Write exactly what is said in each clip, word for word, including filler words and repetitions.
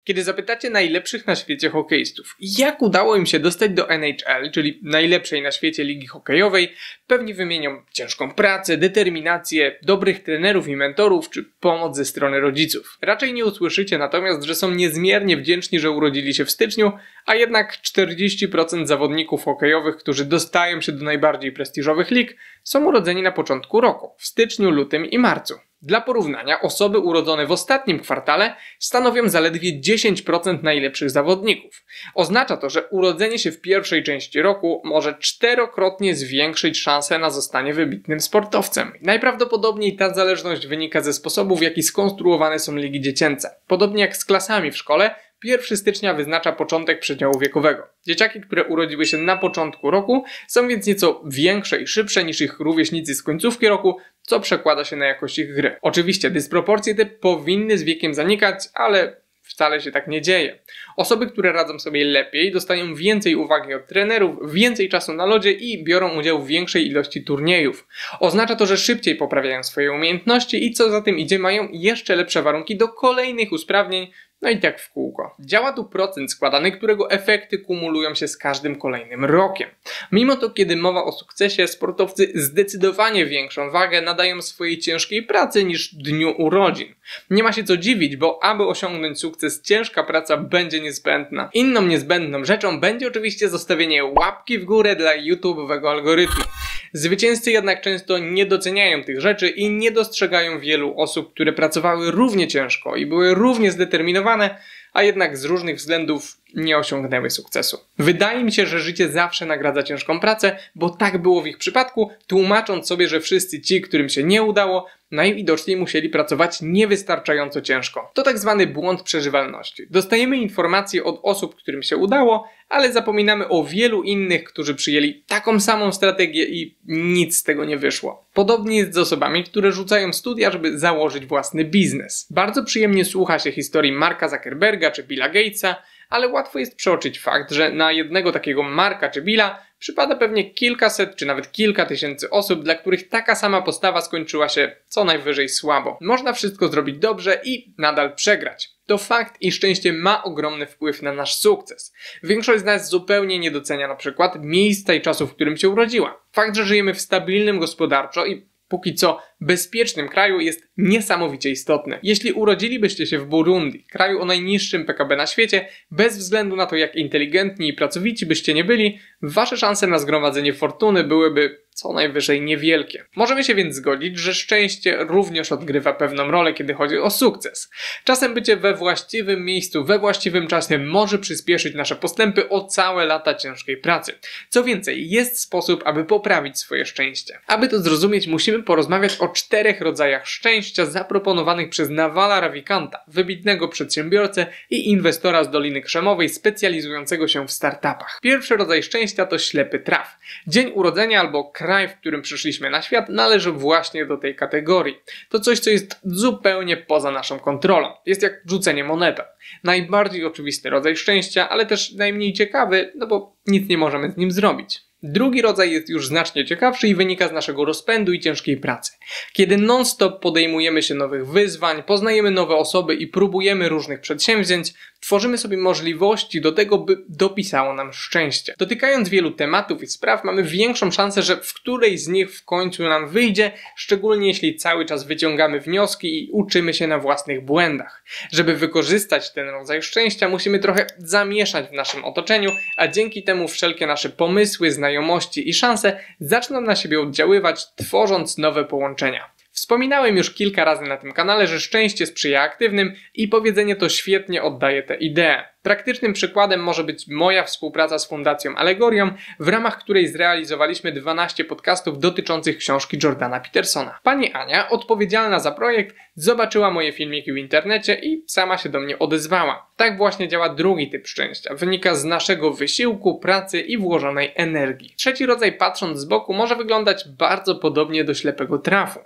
Kiedy zapytacie najlepszych na świecie hokeistów, jak udało im się dostać do N H L, czyli najlepszej na świecie ligi hokejowej, pewnie wymienią ciężką pracę, determinację, dobrych trenerów i mentorów, czy pomoc ze strony rodziców. Raczej nie usłyszycie natomiast, że są niezmiernie wdzięczni, że urodzili się w styczniu, a jednak czterdzieści procent zawodników hokejowych, którzy dostają się do najbardziej prestiżowych lig, są urodzeni na początku roku, w styczniu, lutym i marcu. Dla porównania, osoby urodzone w ostatnim kwartale stanowią zaledwie dziesięć procent najlepszych zawodników. Oznacza to, że urodzenie się w pierwszej części roku może czterokrotnie zwiększyć szanse na zostanie wybitnym sportowcem. Najprawdopodobniej ta zależność wynika ze sposobu, w jaki skonstruowane są ligi dziecięce. Podobnie jak z klasami w szkole, pierwszego stycznia wyznacza początek przedziału wiekowego. Dzieciaki, które urodziły się na początku roku, są więc nieco większe i szybsze niż ich rówieśnicy z końcówki roku, co przekłada się na jakość ich gry. Oczywiście dysproporcje te powinny z wiekiem zanikać, ale wcale się tak nie dzieje. Osoby, które radzą sobie lepiej, dostają więcej uwagi od trenerów, więcej czasu na lodzie i biorą udział w większej ilości turniejów. Oznacza to, że szybciej poprawiają swoje umiejętności i co za tym idzie, mają jeszcze lepsze warunki do kolejnych usprawnień, no i tak w kółko. Działa tu procent składany, którego efekty kumulują się z każdym kolejnym rokiem. Mimo to, kiedy mowa o sukcesie, sportowcy zdecydowanie większą wagę nadają swojej ciężkiej pracy niż dniu urodzin. Nie ma się co dziwić, bo aby osiągnąć sukces, ciężka praca będzie niezbędna. Inną niezbędną rzeczą będzie oczywiście zostawienie łapki w górę dla YouTube'owego algorytmu. Zwycięzcy jednak często nie doceniają tych rzeczy i nie dostrzegają wielu osób, które pracowały równie ciężko i były równie zdeterminowane, a jednak z różnych względów nie osiągnęły sukcesu. Wydaje mi się, że życie zawsze nagradza ciężką pracę, bo tak było w ich przypadku, tłumacząc sobie, że wszyscy ci, którym się nie udało, najwidoczniej musieli pracować niewystarczająco ciężko. To tak zwany błąd przeżywalności. Dostajemy informacje od osób, którym się udało, ale zapominamy o wielu innych, którzy przyjęli taką samą strategię i nic z tego nie wyszło. Podobnie jest z osobami, które rzucają studia, żeby założyć własny biznes. Bardzo przyjemnie słucha się historii Marka Zuckerberga czy Billa Gatesa, ale łatwo jest przeoczyć fakt, że na jednego takiego Marka czy Billa przypada pewnie kilkaset czy nawet kilka tysięcy osób, dla których taka sama postawa skończyła się co najwyżej słabo. Można wszystko zrobić dobrze i nadal przegrać. To fakt i szczęście ma ogromny wpływ na nasz sukces. Większość z nas zupełnie nie docenia na przykład miejsca i czasu, w którym się urodziła. Fakt, że żyjemy w stabilnym gospodarczo i póki co bezpiecznym kraju jest niesamowicie istotny. Jeśli urodzilibyście się w Burundi, kraju o najniższym P K B na świecie, bez względu na to, jak inteligentni i pracowici byście nie byli, wasze szanse na zgromadzenie fortuny byłyby co najwyżej niewielkie. Możemy się więc zgodzić, że szczęście również odgrywa pewną rolę, kiedy chodzi o sukces. Czasem bycie we właściwym miejscu, we właściwym czasie może przyspieszyć nasze postępy o całe lata ciężkiej pracy. Co więcej, jest sposób, aby poprawić swoje szczęście. Aby to zrozumieć, musimy porozmawiać o czterech rodzajach szczęścia zaproponowanych przez Navala Ravikanta, wybitnego przedsiębiorcę i inwestora z Doliny Krzemowej specjalizującego się w startupach. Pierwszy rodzaj szczęścia to ślepy traf. Dzień urodzenia albo kraj, w którym przyszliśmy na świat, należy właśnie do tej kategorii. To coś, co jest zupełnie poza naszą kontrolą. Jest jak rzucenie monetą. Najbardziej oczywisty rodzaj szczęścia, ale też najmniej ciekawy, no bo nic nie możemy z nim zrobić. Drugi rodzaj jest już znacznie ciekawszy i wynika z naszego rozpędu i ciężkiej pracy. Kiedy non-stop podejmujemy się nowych wyzwań, poznajemy nowe osoby i próbujemy różnych przedsięwzięć, tworzymy sobie możliwości do tego, by dopisało nam szczęście. Dotykając wielu tematów i spraw, mamy większą szansę, że w którejś z nich w końcu nam wyjdzie, szczególnie jeśli cały czas wyciągamy wnioski i uczymy się na własnych błędach. Żeby wykorzystać ten rodzaj szczęścia, musimy trochę zamieszać w naszym otoczeniu, a dzięki temu wszelkie nasze pomysły, znajomości i szanse zaczną na siebie oddziaływać, tworząc nowe połączenia. Wspominałem już kilka razy na tym kanale, że szczęście sprzyja aktywnym i powiedzenie to świetnie oddaje tę ideę. Praktycznym przykładem może być moja współpraca z Fundacją Allegorią, w ramach której zrealizowaliśmy dwanaście podcastów dotyczących książki Jordana Petersona. Pani Ania, odpowiedzialna za projekt, zobaczyła moje filmiki w internecie i sama się do mnie odezwała. Tak właśnie działa drugi typ szczęścia. Wynika z naszego wysiłku, pracy i włożonej energii. Trzeci rodzaj, patrząc z boku, może wyglądać bardzo podobnie do ślepego trafu.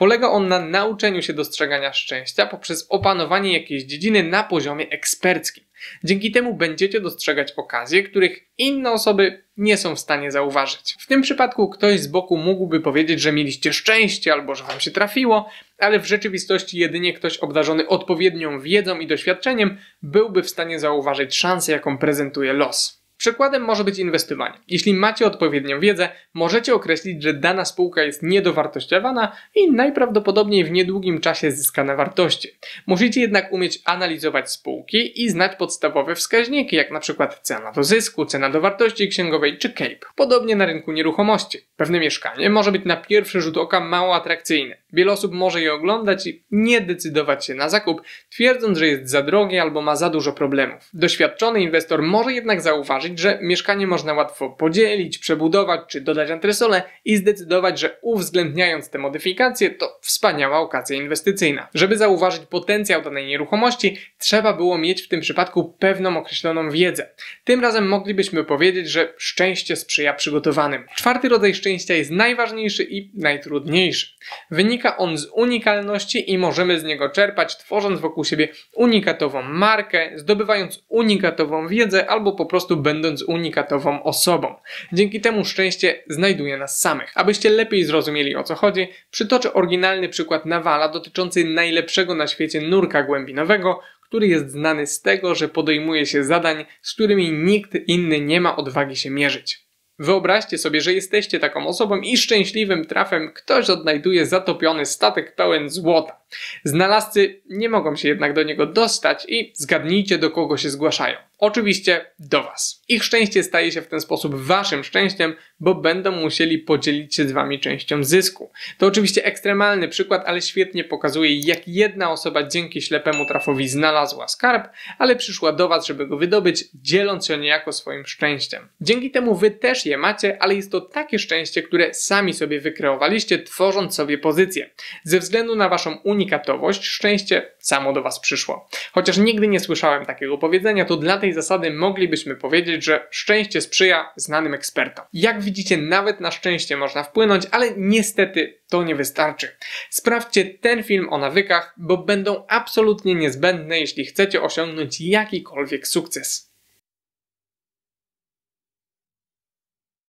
Polega on na nauczeniu się dostrzegania szczęścia poprzez opanowanie jakiejś dziedziny na poziomie eksperckim. Dzięki temu będziecie dostrzegać okazje, których inne osoby nie są w stanie zauważyć. W tym przypadku ktoś z boku mógłby powiedzieć, że mieliście szczęście albo że wam się trafiło, ale w rzeczywistości jedynie ktoś obdarzony odpowiednią wiedzą i doświadczeniem byłby w stanie zauważyć szansę, jaką prezentuje los. Przykładem może być inwestowanie. Jeśli macie odpowiednią wiedzę, możecie określić, że dana spółka jest niedowartościowana i najprawdopodobniej w niedługim czasie zyska na wartości. Musicie jednak umieć analizować spółki i znać podstawowe wskaźniki, jak na przykład cena do zysku, cena do wartości księgowej czy C A P E. Podobnie na rynku nieruchomości. Pewne mieszkanie może być na pierwszy rzut oka mało atrakcyjne. Wiele osób może je oglądać i nie decydować się na zakup, twierdząc, że jest za drogie albo ma za dużo problemów. Doświadczony inwestor może jednak zauważyć, że mieszkanie można łatwo podzielić, przebudować czy dodać antresolę i zdecydować, że uwzględniając te modyfikacje to wspaniała okazja inwestycyjna. Żeby zauważyć potencjał danej nieruchomości, trzeba było mieć w tym przypadku pewną określoną wiedzę. Tym razem moglibyśmy powiedzieć, że szczęście sprzyja przygotowanym. Czwarty rodzaj szczęścia jest najważniejszy i najtrudniejszy. Wynika on z unikalności i możemy z niego czerpać, tworząc wokół siebie unikatową markę, zdobywając unikatową wiedzę albo po prostu będąc unikatową osobą. Dzięki temu szczęście znajduje nas samych. Abyście lepiej zrozumieli, o co chodzi, przytoczę oryginalny przykład Nawala dotyczący najlepszego na świecie nurka głębinowego, który jest znany z tego, że podejmuje się zadań, z którymi nikt inny nie ma odwagi się mierzyć. Wyobraźcie sobie, że jesteście taką osobą i szczęśliwym trafem ktoś odnajduje zatopiony statek pełen złota. Znalazcy nie mogą się jednak do niego dostać i zgadnijcie, do kogo się zgłaszają. Oczywiście do was. Ich szczęście staje się w ten sposób waszym szczęściem, bo będą musieli podzielić się z wami częścią zysku. To oczywiście ekstremalny przykład, ale świetnie pokazuje, jak jedna osoba dzięki ślepemu trafowi znalazła skarb, ale przyszła do was, żeby go wydobyć, dzieląc się niejako swoim szczęściem. Dzięki temu wy też je macie, ale jest to takie szczęście, które sami sobie wykreowaliście, tworząc sobie pozycję. Ze względu na waszą unikatowość, szczęście samo do was przyszło. Chociaż nigdy nie słyszałem takiego powiedzenia, to dla tej zasady moglibyśmy powiedzieć, że szczęście sprzyja znanym ekspertom. Jak widzicie, nawet na szczęście można wpłynąć, ale niestety to nie wystarczy. Sprawdźcie ten film o nawykach, bo będą absolutnie niezbędne, jeśli chcecie osiągnąć jakikolwiek sukces.